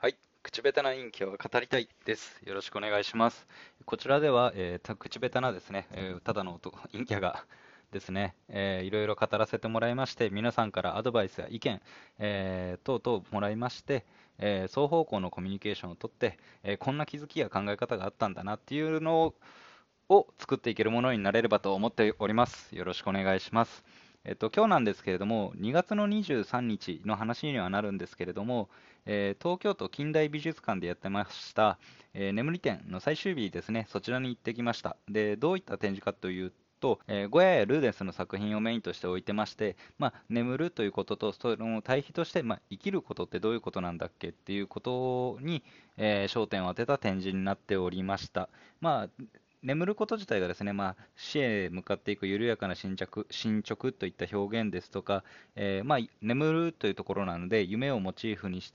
はい、口下手な陰キャは語りたいです。よろしくお願いします。こちらでは、口下手なですね、ただの男陰キャがですね、いろいろ語らせてもらいまして、皆さんからアドバイスや意見、等々もらいまして、双方向のコミュニケーションをとって、こんな気づきや考え方があったんだなっていうのを作っていけるものになれればと思っております。よろしくお願いします。今日なんですけれども、2月の23日の話にはなるんですけれども、東京都近代美術館でやってました、眠り展の最終日ですね、そちらに行ってきました。で、どういった展示かというと、ゴヤやルーデンスの作品をメインとして置いてまして、眠るということと、その対比として、生きることってどういうことなんだっけっていうことに、焦点を当てた展示になっておりました。まあ、眠ること自体がですね、死へ向かっていく緩やかな進捗といった表現ですとか、眠るというところなので、夢をモチーフにして、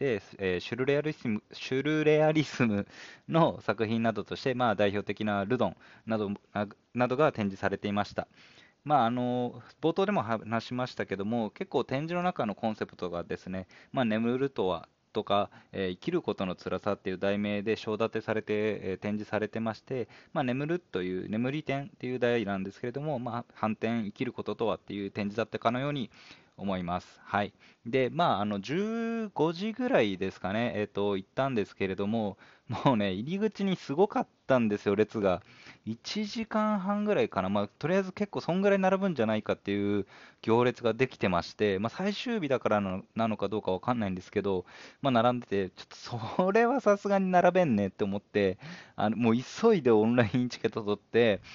シュルレアリスムの作品などとして、代表的なルドンなどが展示されていました。冒頭でも話しましたけども、結構展示の中のコンセプトがですね、眠るとはとか、生きることの辛さっていう題名で章立てされて、展示されてまして、眠るという、眠り展っていう題なんですけれども、反転、生きることとはっていう展示だったかのように思います。はい。で、15時ぐらいですかね、行ったんですけれども、もうね、入り口にすごかったんですよ、列が。1時間半ぐらいかな、とりあえず結構そんぐらい並ぶんじゃないかっていう行列ができてまして、最終日だからなのかどうかわかんないんですけど、並んでて、ちょっとそれはさすがに並べんねって思って、もう急いでオンラインチケット取って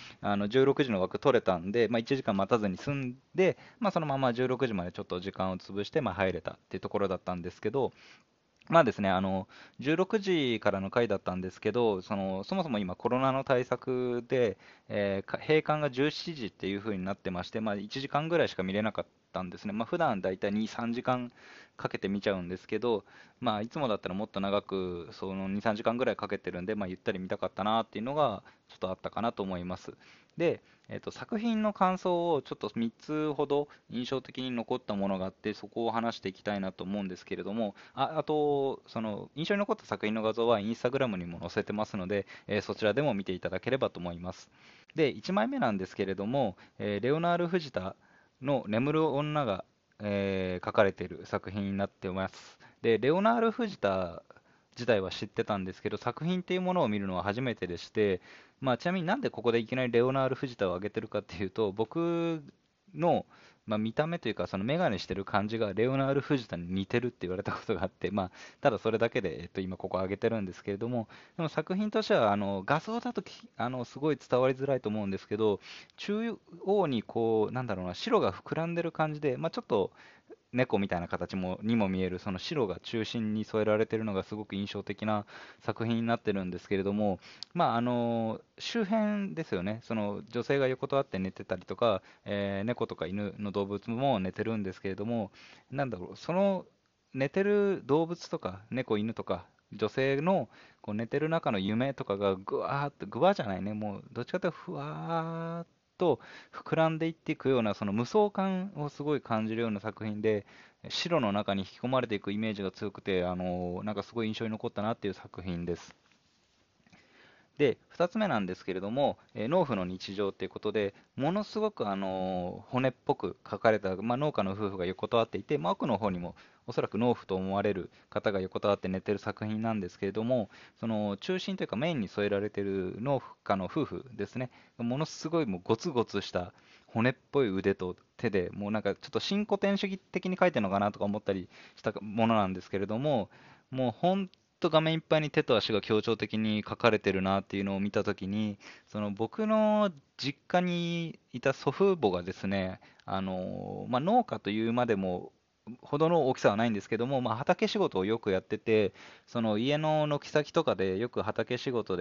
、16時の枠取れたんで、1時間待たずに済んで、そのまま16時までちょっと時間を潰して、入れたっていうところだったんですけど、ですね、16時からの回だったんですけど、そもそも今コロナの対策で、閉館が17時っていう風になってまして、1時間ぐらいしか見れなかったんですね。普段だいたい2、3時間かけて見ちゃうんですけど、いつもだったらもっと長く、その2、3時間ぐらいかけてるんで、ゆったり見たかったなっていうのが、ちょっとあったかなと思います。で、作品の感想をちょっと3つほど印象的に残ったものがあって、そこを話していきたいなと思うんですけれども、あと、その印象に残った作品の画像はインスタグラムにも載せてますので、そちらでも見ていただければと思います。で、1枚目なんですけれども、レオナール・フジタの眠る女が、描かれている作品になっています。で、レオナール・フジタ自体は知ってたんですけど、作品っていうものを見るのは初めてでして、ちなみになんでここでいきなりレオナール・フジタを挙げてるかっていうと、僕の、見た目というか、そのメガネしてる感じがレオナール・フジタに似てるって言われたことがあって、ただそれだけで、今ここ挙げてるんですけれども、でも作品としては、画像だとすごい伝わりづらいと思うんですけど、中央にこう、なんだろうな、白が膨らんでる感じで、ちょっと猫みたいな形にも見える、その白が中心に添えられているのがすごく印象的な作品になってるんですけれども、周辺ですよね、その女性が横たわって寝てたりとか、猫とか犬の動物も寝てるんですけれども、その寝てる動物とか、猫、犬とか、女性のこう寝てる中の夢とかがぐわーっと、ぐわーじゃないね、もうどっちかというとふわーっと膨らんでいっていくような、その無双感をすごい感じるような作品で、白の中に引き込まれていくイメージが強くて、なんかすごい印象に残ったなっていう作品です。で、2つ目なんですけれども、農夫の日常ということで、ものすごく、骨っぽく描かれた、農家の夫婦が横たわっていて、奥の方にもおそらく農夫と思われる方が横たわって寝てる作品なんですけれども、その中心というかメインに添えられている農家の夫婦ですね、ものすごいもうゴツゴツした骨っぽい腕と手で、もうなんかちょっと新古典主義的に描いてるのかなとか思ったりしたものなんですけれども、もう本と画面いっぱいに手と足が強調的に描かれてるなっていうのを見たときに、その僕の実家にいた祖父母がですね、農家というまでもほどの大きさはないんですけども、畑仕事をよくやってて、その家の軒先とかでよく畑仕事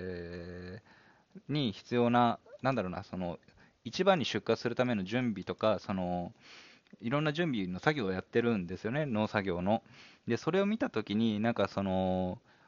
に必要な、なんだろうな、その市場に出荷するための準備とか、いろんな準備の作業をやってるんですよね、農作業の。で、それを見たときに、なんかその、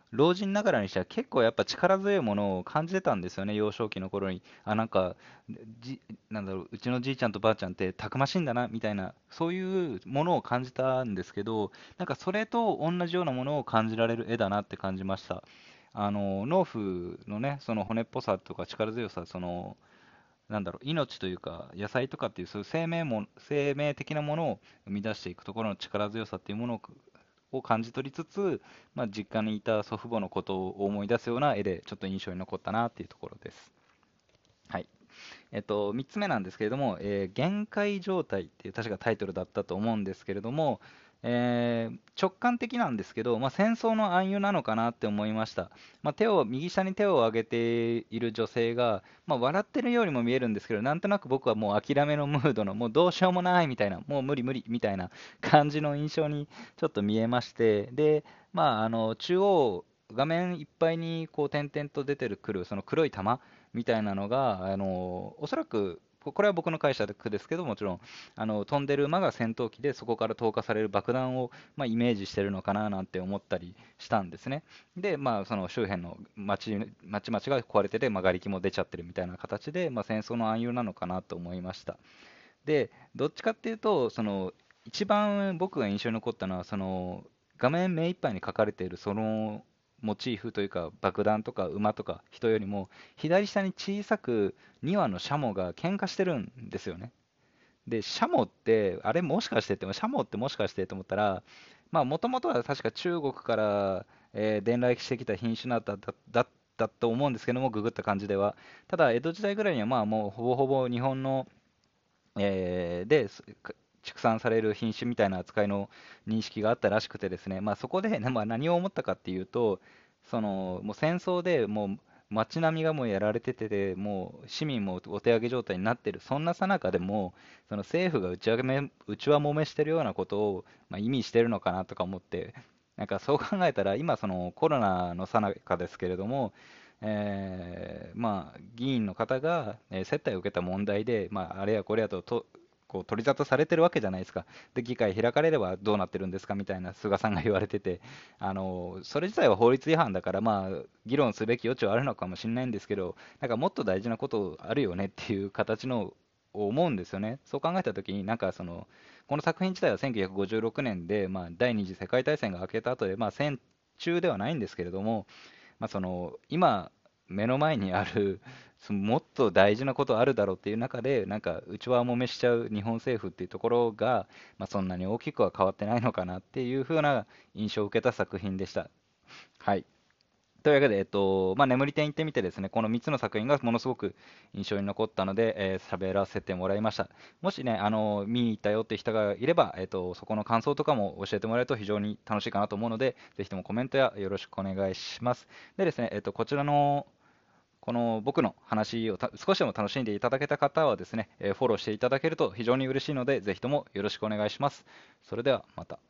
老人ながらにしては結構やっぱ力強いものを感じてたんですよね、幼少期の頃に。あ、なんか、じ、なんだろう、うちのじいちゃんとばあちゃんってたくましいんだな、みたいな、そういうものを感じたんですけど、なんかそれと同じようなものを感じられる絵だなって感じました。農夫のね、その骨っぽさとか力強さ、なんだろう、命というか、野菜とかっていう、そういう生命的なものを生み出していくところの力強さっていうものを感じ取りつつ、まあ、実家にいた祖父母のことを思い出すような絵で、ちょっと印象に残ったなっていうところです。はい。3つ目なんですけれども、限界状態っていう確かタイトルだったと思うんですけれども、直感的なんですけど、まあ、戦争の暗喩なのかなって思いました。まあ、右下に手を挙げている女性が、まあ、笑ってるようにも見えるんですけど、なんとなく僕はもう諦めのムードの、もうどうしようもないみたいな、もう無理無理みたいな感じの印象にちょっと見えまして、で、まあ、中央、画面いっぱいにこう点々と出てくるその黒い玉みたいなのが、おそらく、これは僕の解釈ですけど、もちろん、飛んでる馬が戦闘機で、そこから投下される爆弾を、まあ、イメージしてるのかななんて思ったりしたんですね。で、まあ、その周辺の町々が壊れてて、まあ、瓦礫も出ちゃってるみたいな形で、まあ、戦争の暗喩なのかなと思いました。で、どっちかっていうと、一番僕が印象に残ったのは、画面目いっぱいに書かれているそのモチーフというか、爆弾とか馬とか人よりも、左下に小さく2羽のシャモが喧嘩してるんですよね。で、シャモって、あれもしかしてって、シャモってもしかしてと思ったら、まあ、もともとは確か中国から、伝来してきた品種だと思うんですけども、ググった感じでは。ただ、江戸時代ぐらいには、まあ、もうほぼほぼ日本の畜産される品種みたいな扱いの認識があったらしくてですね、まあ、そこで、まあ、何を思ったかっていうと、もう戦争でもう街並みがもうやられてて、もう市民もお手上げ状態になってる、そんな最中でも、その政府が内輪もめしてるようなことを、まあ、意味してるのかなとか思って、なんかそう考えたら、今、そのコロナの最中ですけれども、まあ、議員の方が、接待を受けた問題で、まあ、あれやこれやとこう取り沙汰されてるわけじゃないですか。で、議会開かれればどうなってるんですかみたいな菅さんが言われてて、それ自体は法律違反だから、まあ、議論すべき余地はあるのかもしれないんですけど、なんかもっと大事なことあるよねっていう形のを思うんですよね。そう考えたときに、この作品自体は1956年で、まあ、第二次世界大戦が明けた後で、まあ、戦中ではないんですけれども、まあ、今、目の前にある、もっと大事なことあるだろうっていう中で、なんか内輪もめしちゃう日本政府っていうところが、まあ、そんなに大きくは変わってないのかなっていう風な印象を受けた作品でした。はい。というわけで、まあ、眠り店行ってみてですね、この3つの作品がものすごく印象に残ったので、喋らせてもらいました。もしね、見に行ったよって人がいれば、そこの感想とかも教えてもらえると非常に楽しいかなと思うので、ぜひともコメントやよろしくお願いします。でですね、こちらのこの僕の話を少しでも楽しんでいただけた方はですね、フォローしていただけると非常に嬉しいので、ぜひともよろしくお願いします。それではまた。